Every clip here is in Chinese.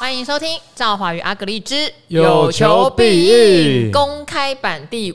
欢迎收听赵华与阿格丽之有求必应公开版第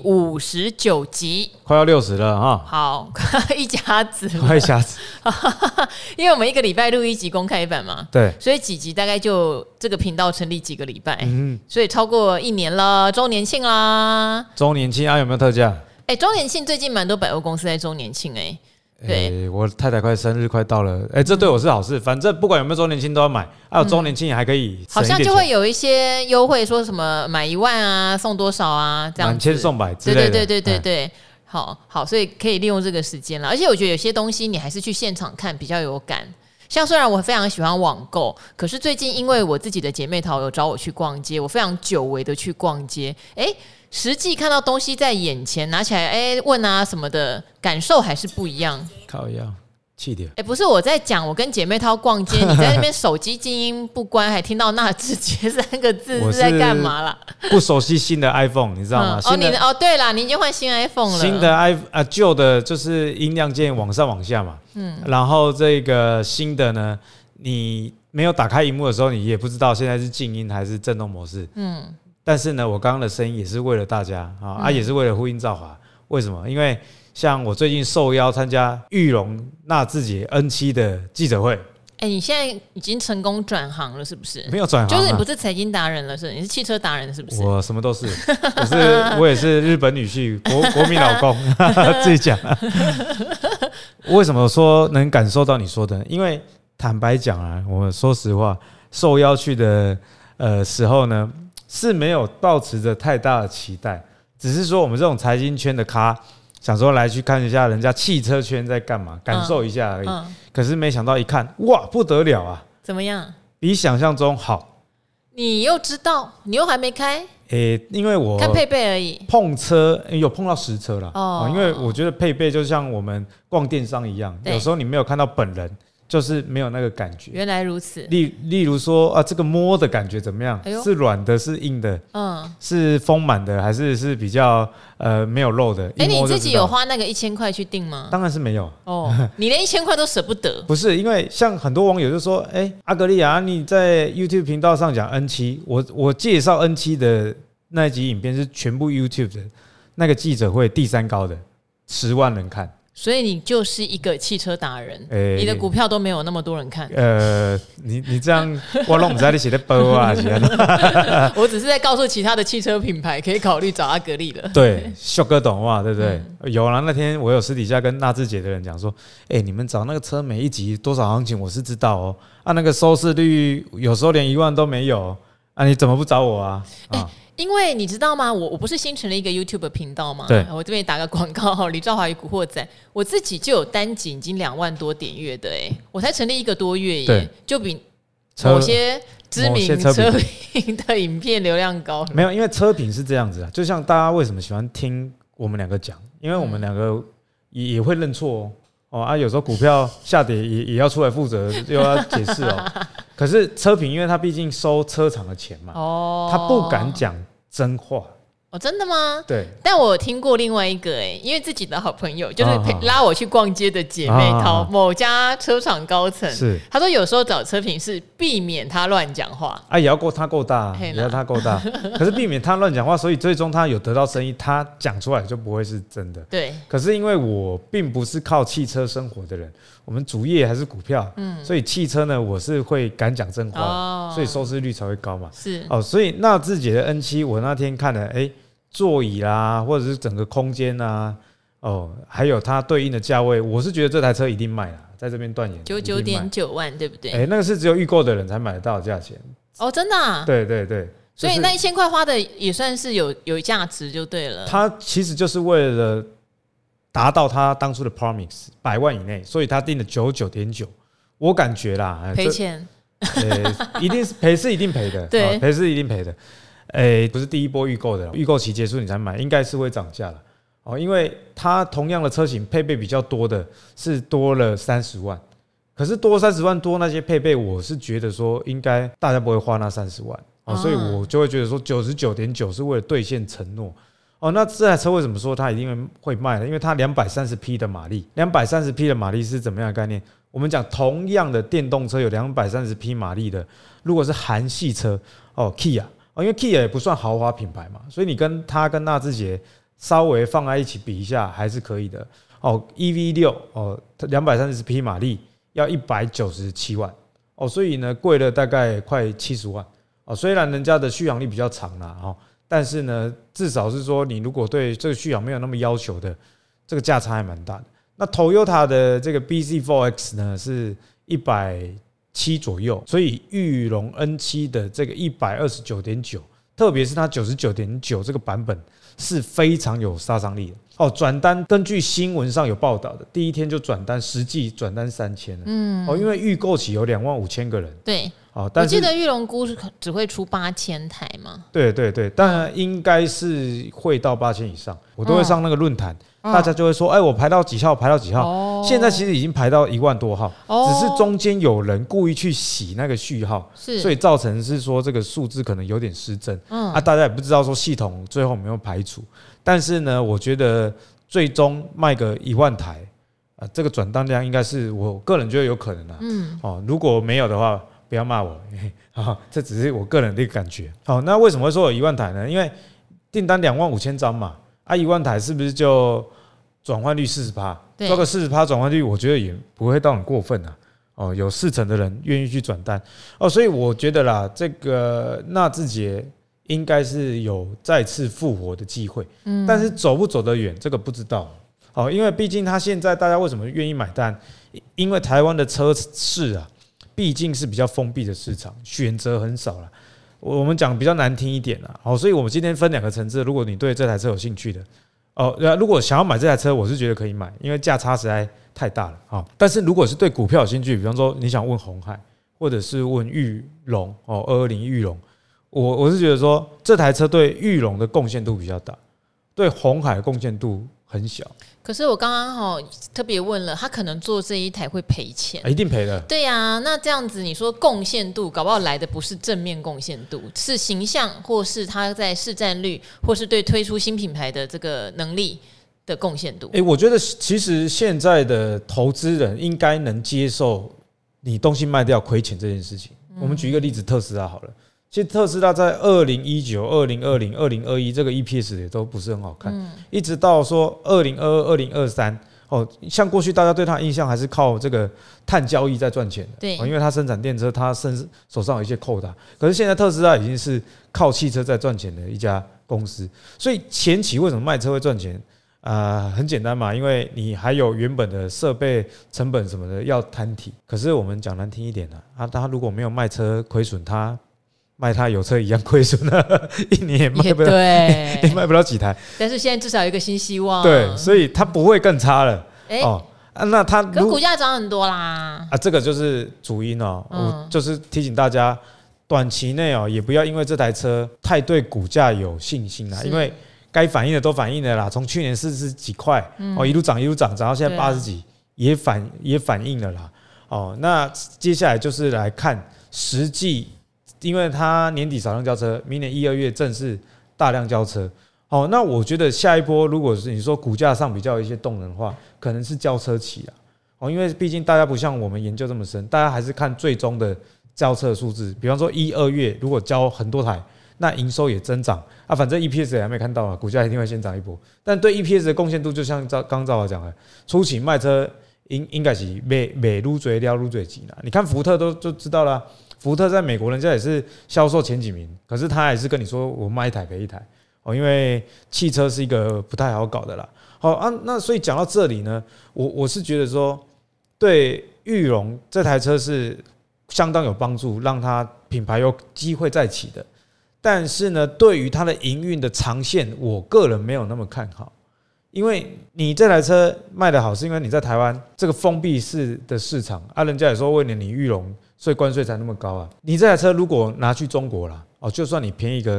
59集， 快要60了哈。 好，一家子了， 快一下子， 因为我们一个礼拜录一集公开版嘛， 对， 所以几集大概就这个频道成立几个礼拜， 嗯， 所以超过1年了，周年庆啦。 周年庆啊，有没有特价？ 周年庆最近蛮多百货公司在周年庆对， 我太太快生日快到了，这对我是好事，反正不管有没有周年庆都要买，还有周年庆还可以省一点钱， 好像就会有一些优惠，说什么买1万啊送多少啊，这样子满千送百之类的， 对。好，所以可以利用这个时间了。而且我觉得有些东西你还是去现场看比较有感。像虽然我非常喜欢网购，可是最近因为我自己的姐妹淘有找我去逛街，我非常久违的去逛街，实际看到东西在眼前，拿起来问啊什么的，感受还是不一样。 靠腰气点， 不是我在讲，我跟姐妹淘逛街，你在那边手机静音不关，还听到那字节3个字是在干嘛啦？ 不熟悉新的 iPhone， 你知道吗？ 对啦，你已经换新 iPhone 了。 新的旧的就是音量键往上往下嘛，然后这个新的呢，你没有打开荧幕的时候，你也不知道现在是静音还是震动模式，但是呢，我刚刚的声音也是为了大家也是为了呼应赵华。为什么？因为像我最近受邀参加裕隆纳智捷 N7 的记者会。 你现在已经成功转行了，是不是？ 没有转行， 就是你不是财经达人了，你是汽车达人，是不是？ 我什么都是，我也是日本女婿，国民老公，自己讲。为什么说能感受到你说的？因为坦白讲啊，我说实话，受邀去的时候呢，是没有抱持着太大的期待，只是说我们这种财经圈的咖，想说来去看一下人家汽车圈在干嘛，感受一下而已。可是没想到一看，哇，不得了啊！ 怎么样？ 比想象中好。 你又知道，你又还没开？ 因为我看配备而已。 碰车有碰到实车啦，因为我觉得配备就像我们逛电商一样，有时候你没有看到本人，就是没有那个感觉。 原来如此。 例如说这个摸的感觉怎么样？是软的，是硬的，是丰满的，还是比较没有肉的？ 你自己有花那个1000块去订吗？ 当然是没有。 你连1000块都舍不得？ 不是，因为像很多网友就说，阿格丽亚，你在 YouTube 频道上讲 N7，我介绍 N7 的那一集影片是全部 YouTube 的那个记者会第3高的，10万人看。 所以你就是一个汽车达人，你的股票都没有那么多人看。 你这样，我都不知道你写的包啊， 我只是在告诉其他的汽车品牌可以考虑找阿格丽了。 对，秀哥懂哇，对不对？有啦，那天我有私底下跟纳智捷的人讲说，你们找那个车每一集多少行情，我是知道哦。那个收视率有时候连1万都没有啊，你怎么不找我啊？ 因为你知道吗？我不是新成立一个 YouTube 频道吗？ 对， 我这边打个广告，李兆华与古惑仔，我自己就有单集已经2万多点阅的我才成立1个多月耶，就比某些知名车评的影片流量高。 没有，因为车评是这样子啊，就像大家为什么喜欢听我们2个讲，因为我们2个也会认错有时候股票下跌也要出来负责，又要解释可是车评，因为他毕竟收车厂的钱嘛，他不敢讲真话。真的吗？对。但我有听过另外一个因为自己的好朋友就是拉我去逛街的姐妹淘，某家车厂高层，是他说有时候找车评是避免他乱讲话也要他够大，也要他够大。可是避免他乱讲话，所以最终他有得到生意，他讲出来就不会是真的。对。可是因为我并不是靠汽车生活的人，我们主业还是股票，所以汽车呢，我是会敢讲真话，所以收视率才会高嘛。是所以纳智捷的 N7， 我那天看了，座椅啦，或者是整个空间啊，还有它对应的价位，我是觉得这台车一定卖啦，在这边断言99.9万，对不对？那个是只有预购的人才买得到的价钱。真的啊？对对对。所以那1000块花的也算是有价值就对了。它其实就是为了达到他当初的 promise 100万以内，所以他定了99.9。我感觉啦，赔钱，一定是赔，是一定赔的，对，赔是一定赔的。不是第一波预购的，预购期结束你才买，应该是会涨价了因为它同样的车型配备比较多的是多了30万，可是多30万多那些配备，我是觉得说应该大家不会花那30万所以我就会觉得说99.9是为了兑现承诺那这台车为什么说它一定会卖呢？因为它230匹的马力，230匹的马力是怎么样的概念？我们讲同样的电动车有230匹马力的，如果是韩系车Kia，因为 Kia 也不算豪华品牌嘛，所以你跟纳智捷稍微放在一起比一下还是可以的。EV6 230匹马力要197万所以呢贵了大概快70万虽然人家的续航力比较长啦但是呢至少是说你如果对这个续航没有那么要求的，这个价差还蛮大的。那 Toyota 的这个 BZ4X 呢是170左右，所以裕隆 N7 的这个 129.9， 特别是它 99.9 这个版本是非常有杀伤力的转单根据新闻上有报道的，第一天就转单，实际转单3000了因为预购期有25000个人。 对我记得裕隆估只会出8000台嘛。对对对，当然应该是会到8000以上。我都会上那个论坛，大家就会说，我排到几号，排到几号。现在其实已经排到1万多号，只是中间有人故意去洗那个序号，所以造成是说这个数字可能有点失真。大家也不知道说系统最后有没有排除。但是呢，我觉得最终卖个1万台，这个转单量应该是我个人觉得有可能的。如果没有的话，不要骂我，这只是我个人的一个感觉。那为什么会说有1万台呢？因为订单25000张嘛，1万台是不是就转换率40%？抓个40%转换率，我觉得也不会到很过分有40%的人愿意去转单所以我觉得啦，这个纳智捷应该是有再次复活的机会，但是走不走得远，这个不知道因为毕竟他现在大家为什么愿意买单？因为台湾的车市毕竟是比较封闭的市场，选择很少啦。我们讲比较难听一点啦所以我们今天分2个层次。如果你对这台车有兴趣的如果想要买这台车，我是觉得可以买，因为价差实在太大了但是如果是对股票有兴趣，比方说你想问鸿海，或者是问裕隆220裕隆，我是觉得说这台车对裕隆的贡献度比较大，对鸿海的贡献度很小。 可是我刚刚特别问了，他可能做这一台会赔钱， 一定赔的。 对呀，那这样子你说贡献度，搞不好来的不是正面贡献度，是形象，或是他在市占率，或是对推出新品牌的这个能力的贡献度。 我觉得其实现在的投资人应该能接受你东西卖掉亏钱这件事情。我们举一个例子，特斯拉好了。其实特斯拉在2019、2020、2021这个 EPS 也都不是很好看，一直到说2022、2023，像过去大家对它的印象还是靠这个碳交易在赚钱的， 对， 因为它生产电车，它手上有一些扣打。可是现在特斯拉已经是靠汽车在赚钱的一家公司，所以前期为什么卖车会赚钱？很简单嘛，因为你还有原本的设备成本什么的要摊提。可是我们讲难听一点他如果没有卖车亏损，他卖他有车一样亏损了，一年也卖不了，也卖不了几台。 但是现在至少有一个新希望， 对，所以它不会更差了。那它可股价涨很多啦。 这个就是主因我就是提醒大家，短期内也不要因为这台车太对股价有信心啦，因为该反映的都反映了啦。从去年40几块一路涨涨到现在80几，也反映了啦。那接下来就是来看实际。因为它年底少量交车，明年1、2月正式大量交车。那我觉得下一波，如果是你说股价上比较有一些动能的话，可能是交车期啦。因为毕竟大家不像我们研究这么深，大家还是看最终的交车数字。比方说1、2月如果交很多台，那营收也增长反正 EPS 也还没看到股价一定会先涨一波。但对 EPS 的贡献度，就像刚赵华讲的，初期卖车应该是每撸嘴撩撸嘴急啦。你看福特就知道啦。福特在美国人家也是销售前几名，可是他还是跟你说我卖一台赔一台因为汽车是一个不太好搞的啦。那所以讲到这里呢，我是觉得说对裕隆这台车是相当有帮助，让它品牌有机会再起的。但是呢，对于它的营运的长线，我个人没有那么看好。因为你这台车卖得好，是因为你在台湾这个封闭式的市场人家也说为了你裕隆，所以关税才那么高你这台车如果拿去中国啦就算你便宜个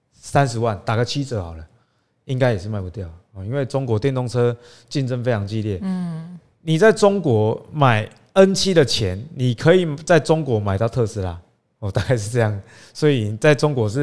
30万，打个7折好了，应该也是卖不掉因为中国电动车竞争非常激烈。你在中国买 N7 的钱，你可以在中国买到特斯拉大概是这样。所以在中国是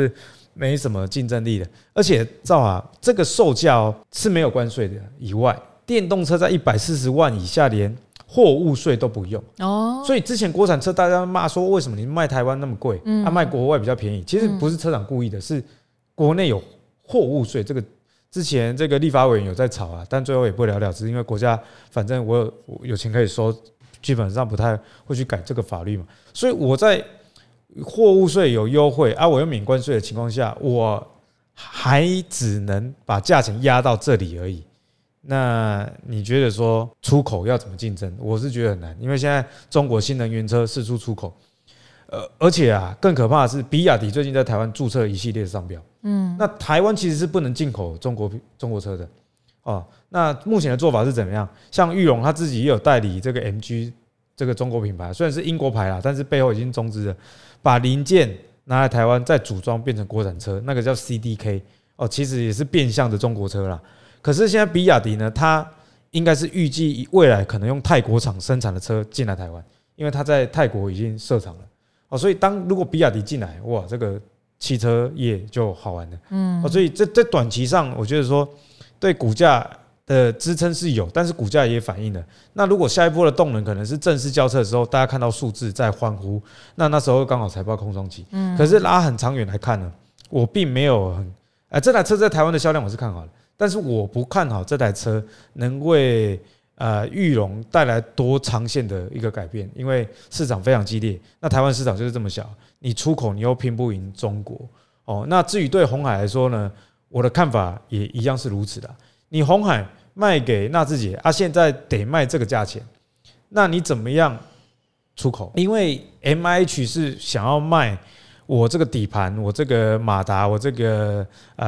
没什么竞争力的。而且赵华这个售价是没有关税的以外，电动车在140万以下连货物税都不用哦。所以之前国产车大家骂说为什么你卖台湾那么贵，卖国外比较便宜，其实不是车厂故意的，是国内有货物税。这个之前这个立法委员有在吵啊，但最后也不了了之，因为国家反正我有钱可以收，基本上不太会去改这个法律嘛。所以我在货物税有优惠啊，我又免关税的情况下，我还只能把价钱压到这里而已。那你觉得说出口要怎么竞争？我是觉得很难，因为现在中国新能源车四处出口，而且啊，更可怕的是，比亚迪最近在台湾注册一系列商标，那台湾其实是不能进口中国车的哦。那目前的做法是怎么样？像裕隆他自己也有代理这个 MG 这个中国品牌，虽然是英国牌啦，但是背后已经中资了，把零件拿来台湾再组装变成国产车，那个叫 CDK 哦，其实也是变相的中国车啦。可是现在比亚迪呢，它应该是预计未来可能用泰国厂生产的车进来台湾，因为它在泰国已经设厂了哦，所以如果比亚迪进来，哇，这个汽车业就好玩了，所以在短期上，我觉得说对股价的支撑是有，但是股价也反映了。那如果下一波的动能可能是正式交车的时候，大家看到数字在欢呼，那时候刚好财报空窗期。可是拉很长远来看呢，我并没有这台车在台湾的销量我是看好的，但是我不看好这台车能为裕隆带来多长线的一个改变，因为市场非常激烈。那台湾市场就是这么小，你出口你又拼不赢中国哦。那至于对鸿海来说呢，我的看法也一样是如此的。你鸿海卖给纳智捷啊，现在得卖这个价钱，那你怎么样出口？因为 MIH 是想要卖我这个底盘，我这个马达，我这个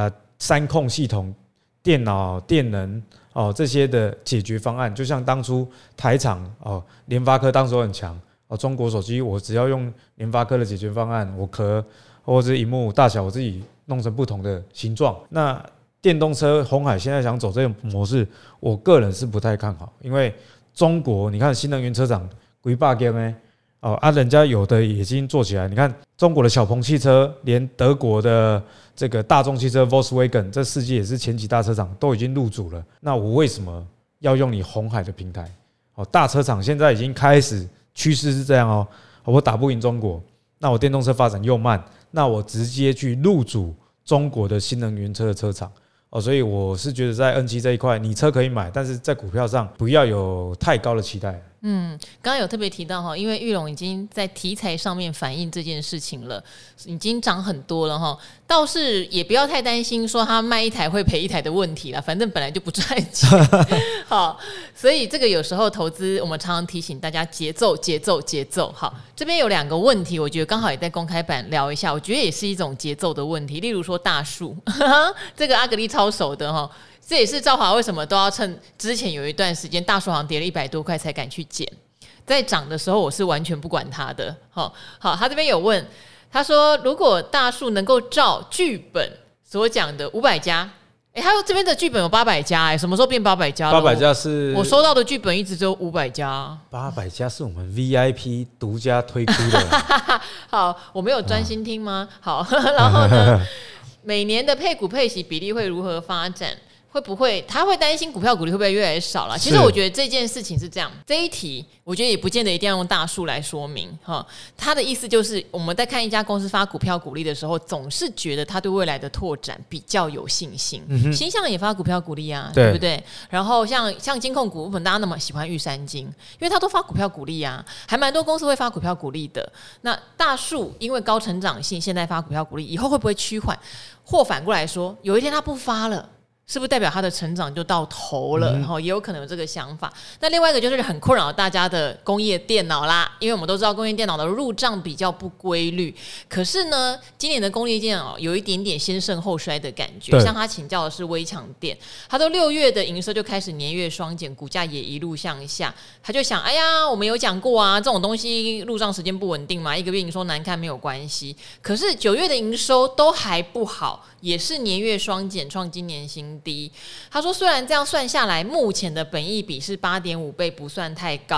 3控系统、电脑、电能哦这些的解决方案，就像当初台厂哦，联发科当时很强哦，中国手机我只要用联发科的解决方案，我壳或者是萤幕大小我自己弄成不同的形状，那电动车鸿海现在想走这种模式，我个人是不太看好，因为中国你看新能源车厂几百间人家有的已经做起来，你看中国的小鹏汽车，连德国的这个大众汽车 Volkswagen， 这世界也是前几大车厂都已经入主了，那我为什么要用你鸿海的平台？大车厂现在已经开始趋势是这样哦，我打不赢中国，那我电动车发展又慢，那我直接去入主中国的新能源车的车厂。所以我是觉得在 N7 这一块，你车可以买，但是在股票上不要有太高的期待。 刚刚有特别提到哈，因为裕隆已经在题材上面反映这件事情了，已经涨很多了哈。倒是也不要太担心说他卖一台会赔一台的问题啦，反正本来就不赚钱。好，所以这个有时候投资我们常常提醒大家节奏。好，这边有2个问题，我觉得刚好也在公开版聊一下，我觉得也是一种节奏的问题。例如说大树，这个阿格力超熟的哈。这也是兆华为什么都要趁之前有一段时间大树好像跌了100多块才敢去捡，在涨的时候我是完全不管它的。好，他这边有问，他说如果大树能够照剧本所讲的500家，他说这边的剧本有800家，什么时候变800家了 ？800家是我收到的剧本一直只有500家 ，800家是我们 VIP 独家推出的。 好，我没有专心听吗？好，然后呢，每年的配股配息比例会如何发展？会不会他会担心股票股利会不会越来越少了？其实我觉得这件事情是这样，这一题我觉得也不见得一定要用大数来说明哈。他的意思就是我们在看一家公司发股票股利的时候，总是觉得他对未来的拓展比较有信心。新向也发股票股利啊，对不对？然后像金控股，大家那么喜欢玉山金，因为他都发股票股利啊，还蛮多公司会发股票股利的。那大树因为高成长性，现在发股票股利，以后会不会趋缓？或反过来说，有一天他不发了，是不是代表它的成长就到头了？也有可能有这个想法。那另外一个就是很困扰大家的工业电脑啦，因为我们都知道工业电脑的入账比较不规律。可是呢，今年的工业电脑有一点点先盛后衰的感觉。像他请教的是威强电，他都6月的营收就开始年月双减，股价也一路向下。他就想，哎呀，我们有讲过啊，这种东西入账时间不稳定嘛，一个月营收难看没有关系。可是9月的营收都还不好，也是年月双减，创今年新低。他说虽然这样算下来，目前的本益比是8.5倍，不算太高，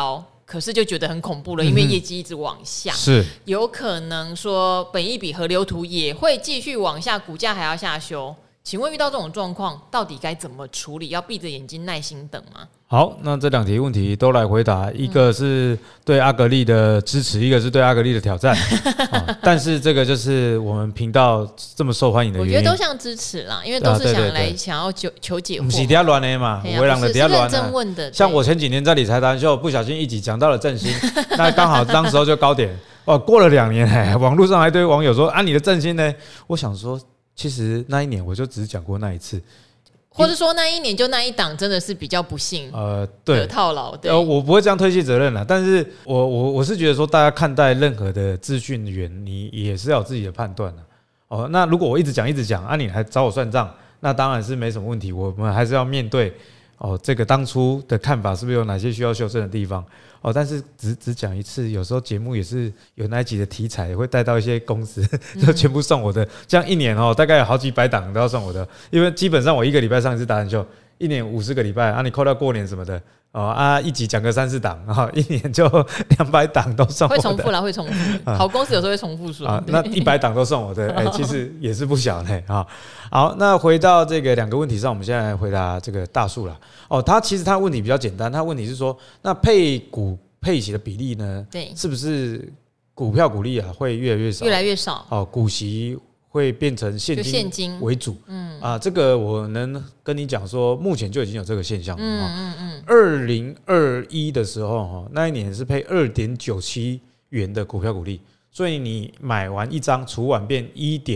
可是就觉得很恐怖了，因为业绩一直往下， 是有可能说本益比河流图也会继续往下，股价还要下修。请问遇到这种状况，到底该怎么处理？要闭着眼睛耐心等吗？ 好，那这2题问题都来回答，一个是对阿格力的支持，一个是对阿格力的挑战。但是这个就是我们频道这么受欢迎的原因。 我觉得都像支持啦，因为都是想要求解惑。 不是底下乱的嘛，有的人的底下乱的。像我前几年在理财达人秀不小心一集讲到了振兴，那刚好当时候就高点。过了2年，网络上还一堆网友说啊，你的振兴呢？我想说。其实那一年我就只讲过那一次， 或者说那一年就那一档真的是比较不幸， 对， 套牢。对， 我不会这样推卸责任啦，但是我是觉得说，大家看待任何的资讯源，你也是要有自己的判断的。那如果我一直讲，你还找我算账，那当然是没什么问题。我们还是要面对这个当初的看法是不是有哪些需要修正的地方。但是只讲一次，有时候节目也是有那一集的题材也会带到一些公司，就全部送我的，这样一年大概有好几百档都要送我的，因为基本上我1个礼拜上一次达人秀，一年50个礼拜你扣掉过年什么的一集讲个3、4档一年就200档都送我的， 会重复啦，会重复。好公司有时候会重复说那100档都送我的，其实也是不小的好，那回到这个2个问题上，我们现在来回答这个大树啦。他其实他的问题比较简单，他的问题是说，那配股配息的比例呢？对，是不是股票股利会越来越少？ 越来越少。 股息会变成现金为主。这个我能跟你讲说，目前就已经有这个现象了。2021的时候，那一年是配2.97元的股票股利，所以你买完1张，除完变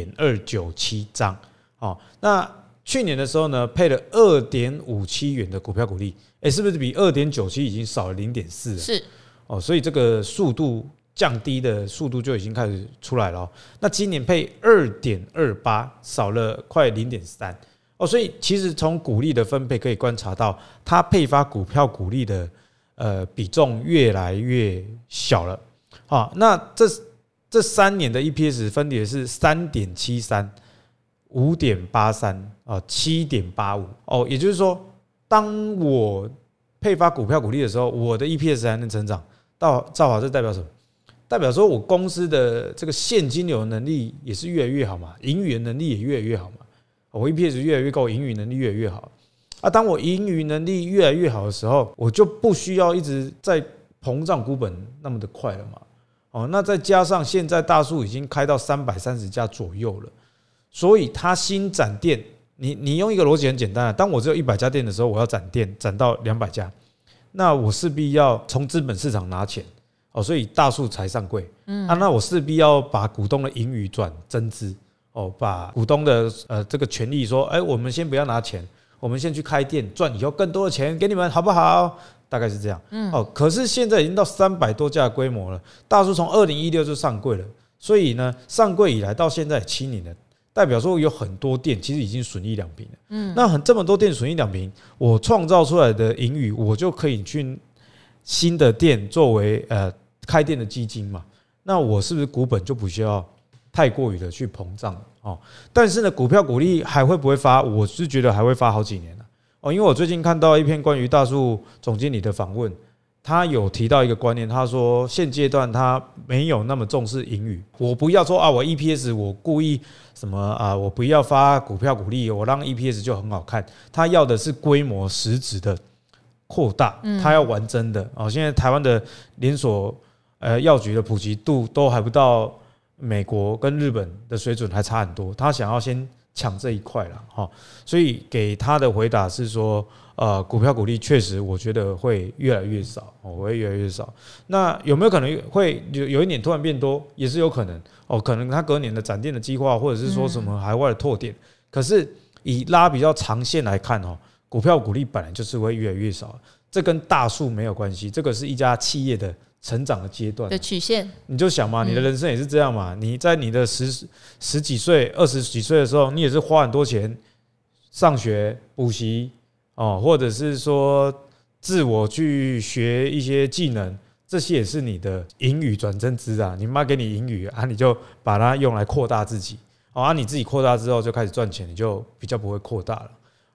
1.297张。那去年的时候呢，配了2.57元的股票股利，是不是比2.97已经少了0.4了？是所以这个速度降低的速度就已经开始出来了。那今年配2.28，少了快0.3所以其实从股利的分配可以观察到，它配发股票股利的比重越来越小了。那这3年的 EPS 分别是3.73。5.83 7.85也就是说，当我配发股票股利的时候，我的 EPS 还能成长。兆华这代表什么？代表说我公司的这个现金流能力也是越来越好嘛，盈余能力也越来越好嘛。我 EPS 越来越高，盈余能力越来越好。当我盈余能力越来越好的时候，我就不需要一直在膨胀股本那么的快了嘛。那再加上现在大树已经开到330家左右了。所以它新展店，你用一个逻辑很简单当我只有100家店的时候，我要展店展到200家，那我势必要从资本市场拿钱所以大树才上柜。那我势必要把股东的盈余转增资把股东的这个权利说，我们先不要拿钱，我们先去开店赚以后更多的钱给你们，好不好？大概是这样。可是现在已经到300多家的规模了，大树从2016就上柜了，所以呢，上柜以来到现在7年了。代表说有很多店其实已经损益两平了。那这么多店损益两平，我创造出来的盈余，我就可以去新的店作为开店的基金嘛。那我是不是股本就不需要太过于的去膨胀但是呢，股票股利还会不会发？我是觉得还会发好几年因为我最近看到一篇关于大树总经理的访问。他有提到一个观念，他说现阶段他没有那么重视盈余。我不要说我 EPS 我故意什么我不要发股票股利，我让 EPS 就很好看。他要的是规模实质的扩大，他要玩真的现在台湾的连锁药局的普及度都还不到美国跟日本的水准，还差很多。他想要先抢这一块了所以给他的回答是说。股票股利确实，我觉得会越来越少，会越来越少。那有没有可能会有一年突然变多？也是有可能可能他隔年的展店的计划，或者是说什么海外的拓店。可是以拉比较长线来看股票股利本来就是会越来越少，这跟大树没有关系，这个是一家企业的成长的阶段的曲线。你就想嘛，你的人生也是这样嘛。你在你的十几岁、20几岁的时候，你也是花很多钱上学补习。或者是说自我去学一些技能，这些也是你的盈余转增资你妈给你盈余你就把它用来扩大自己你自己扩大之后就开始赚钱，你就比较不会扩大了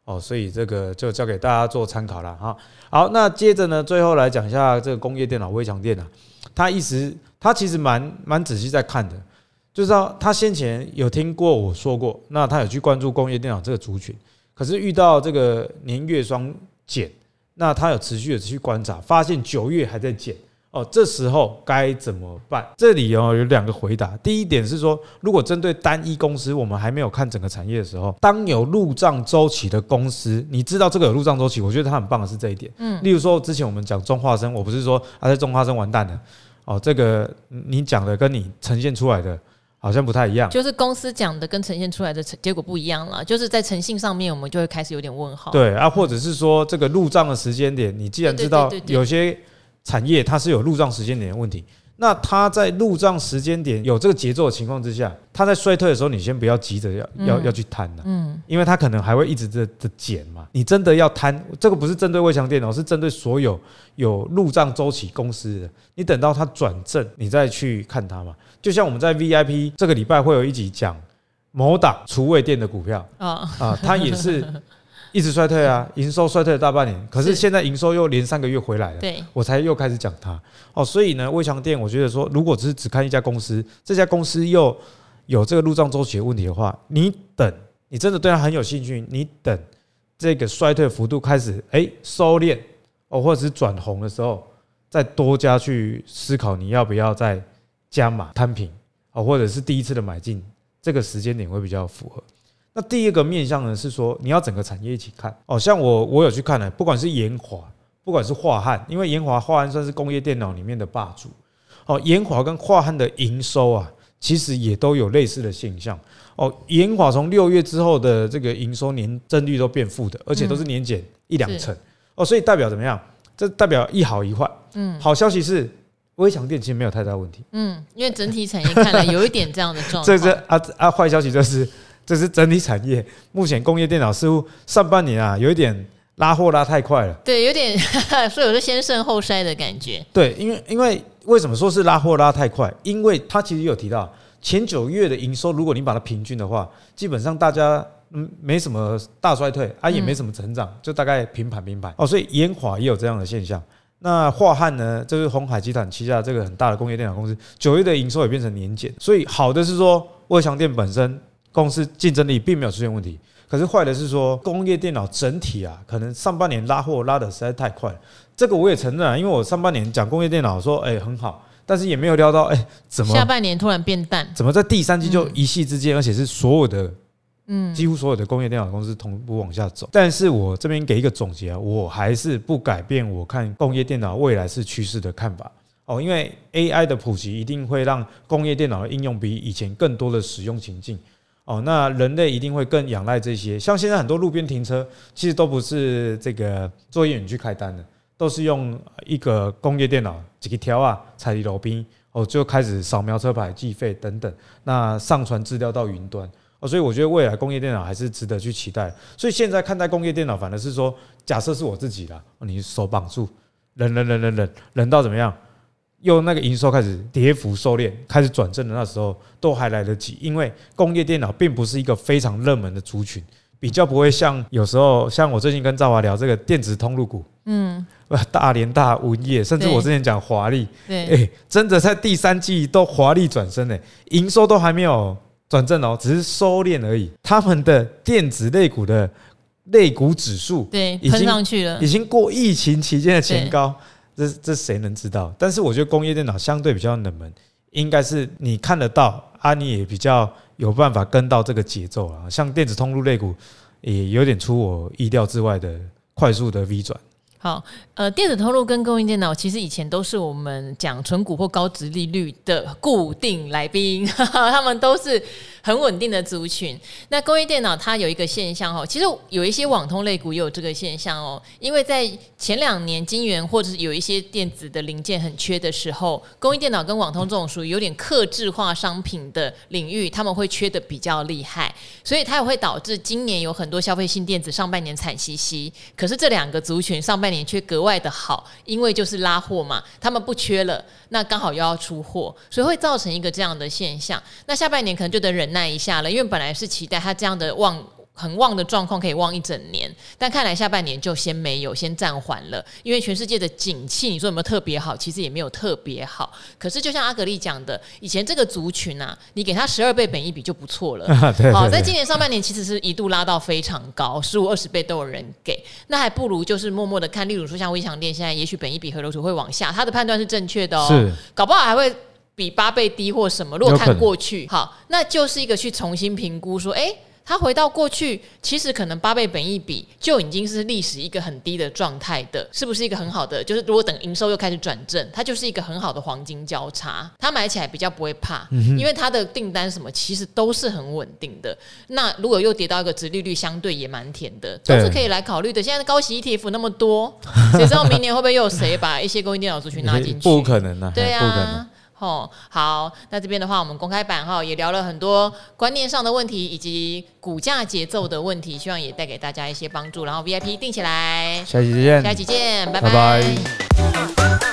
所以这个就交给大家做参考了哈。好，那接着呢，最后来讲一下这个工业电脑、微强电啊，他其实蛮仔细在看的，就知道他先前有听过我说过，那他有去关注工业电脑这个族群，可是遇到这个年月双减，那他有持续的去观察，发现9月还在减。这时候该怎么办？这里有2个回答。第一点是说，如果针对单一公司，我们还没有看整个产业的时候，当有入账周期的公司，你知道这个有入账周期，我觉得它很棒的是这一点。例如说之前我们讲中化生，我不是说在中化生完蛋了，这个你讲的跟你呈现出来的好像不太一样， 就是公司讲的跟呈现出来的结果不一样了，就是在诚信上面，我们就会开始有点问号。 对啊，或者是说这个入账的时间点，你既然知道有些产业它是有入账时间点的问题，那它在入账时间点有这个节奏的情况之下，它在衰退的时候，你先不要急着要去摊因为它可能还会一直的减嘛。你真的要摊，这个不是针对微强电脑，是针对所有有入账周期公司的。你等到它转正，你再去看它嘛。就像我们在 VIP 这个礼拜会有一集讲某档厨卫店的股票它也是一直衰退啊，营收衰退了大半年，可是现在营收又连3个月回来了，我才又开始讲它所以呢，微强电我觉得说，如果只看一家公司，这家公司又有这个入账周期的问题的话，你真的对它很有兴趣，你等这个衰退幅度开始收敛或者是转红的时候，再多加去思考你要不要再加码摊平或者是第一次的买进，这个时间点会比较符合。那第二个面向呢，是说你要整个产业一起看像我有去看不管是研华，不管是樺汉，因为研华、樺汉算是工业电脑里面的霸主研华跟樺汉的营收其实也都有类似的现象研华从6月之后的这个营收年增率都变负的，而且都是年减1-2成所以代表怎么样？这代表一好一坏。好消息是微强电其实没有太大问题。 因为整体产业看来有一点这样的状况。 坏消息就是这是整体产业，目前工业电脑似乎上半年有一点拉货拉太快了。 对，有点所以我就先盛后衰的感觉。 对，因为为什么说是拉货拉太快？因为他其实有提到前9月的营收，如果你把它平均的话，基本上大家没什么大衰退也没什么成长，就大概平盘所以研华也有这样的现象。那樺汉呢，就是鸿海集团旗下这个很大的工业电脑公司，9月的营收也变成年减。所以好的是说微强电本身公司竞争力并没有出现问题，可是坏的是说工业电脑整体可能上半年拉货拉的实在太快了。这个我也承认因为我上半年讲工业电脑说很好，但是也没有料到怎么下半年突然变淡， 怎么在第3季就一夕之间，而且是所有的几乎所有的工业电脑公司同步往下走。但是我这边给一个总结我还是不改变我看工业电脑未来是趋势的看法因为 AI 的普及一定会让工业电脑的应用比以前更多的使用情境那人类一定会更仰赖这些。像现在很多路边停车其实都不是这个作业员去开单的，都是用一个工业电脑几个条踩在路边就开始扫描车牌计费等等，那上传资料到云端所以我觉得未来工业电脑还是值得去期待。所以现在看待工业电脑反而是说，假设是我自己啦，你手绑住忍到怎么样，用那个营收开始跌幅收敛，开始转正的那时候都还来得及。因为工业电脑并不是一个非常热门的族群，比较不会像有时候像我最近跟赵华聊这个电子通路股大联大、文业，甚至我之前讲华丽真的在第3季都华丽转身营收都还没有转正只是收敛而已。他们的电子类股的类股指数喷上去了， 已经过疫情期间的前高，这谁能知道？但是我觉得工业电脑相对比较冷门，应该是你看得到你也比较有办法跟到这个节奏像电子通路类股也有点出我意料之外的快速的 V 转。 好，电子通路跟工业电脑其实以前都是我们讲纯股或高殖利率的固定来宾，他们都是很稳定的族群。那工业电脑它有一个现象其实有一些网通类股也有这个现象因为在前2年晶圆或者是有一些电子的零件很缺的时候，工业电脑跟网通这种属于有点客制化商品的领域，他们会缺的比较厉害，所以它也会导致今年有很多消费性电子上半年惨兮兮，可是这2个族群上半年却格外的好，因为就是拉货嘛，他们不缺了，那刚好又要出货，所以会造成一个这样的现象。那下半年可能就得忍耐一下了，因为本来是期待它这样的很旺的状况可以旺一整年，但看来下半年就先没有，先暂缓了，因为全世界的景气，你说有没有特别好？其实也没有特别好。可是就像阿格丽讲的，以前这个族群啊，你给他12倍本益比就不错了。好，在今年上半年其实是一度拉到非常高，15、20倍都有人给，那还不如就是默默的看，例如说像威强店现在也许本益比河流图会往下，他的判断是正确的哦， 是搞不好还会比8倍低或什么。如果看过去，好，那就是一个去重新评估说，它回到过去，其实可能8倍本益比就已经是历史一个很低的状态的，是不是一个很好的？就是如果等营收又开始转正，它就是一个很好的黄金交叉，它买起来比较不会怕，因为它的订单什么其实都是很稳定的。那如果又跌到一个殖利率相对也蛮甜的，都是可以来考虑的。现在高息 ETF 那么多，谁知道明年会不会又有谁把一些供应电脑族群拿进去？ 不可能啊， 对啊， 不可能。 好，那这边的话，我们公开版也聊了很多观念上的问题，以及股价节奏的问题，希望也带给大家一些帮助。然后 VIP 定起来， 下期见， 拜拜。 拜拜。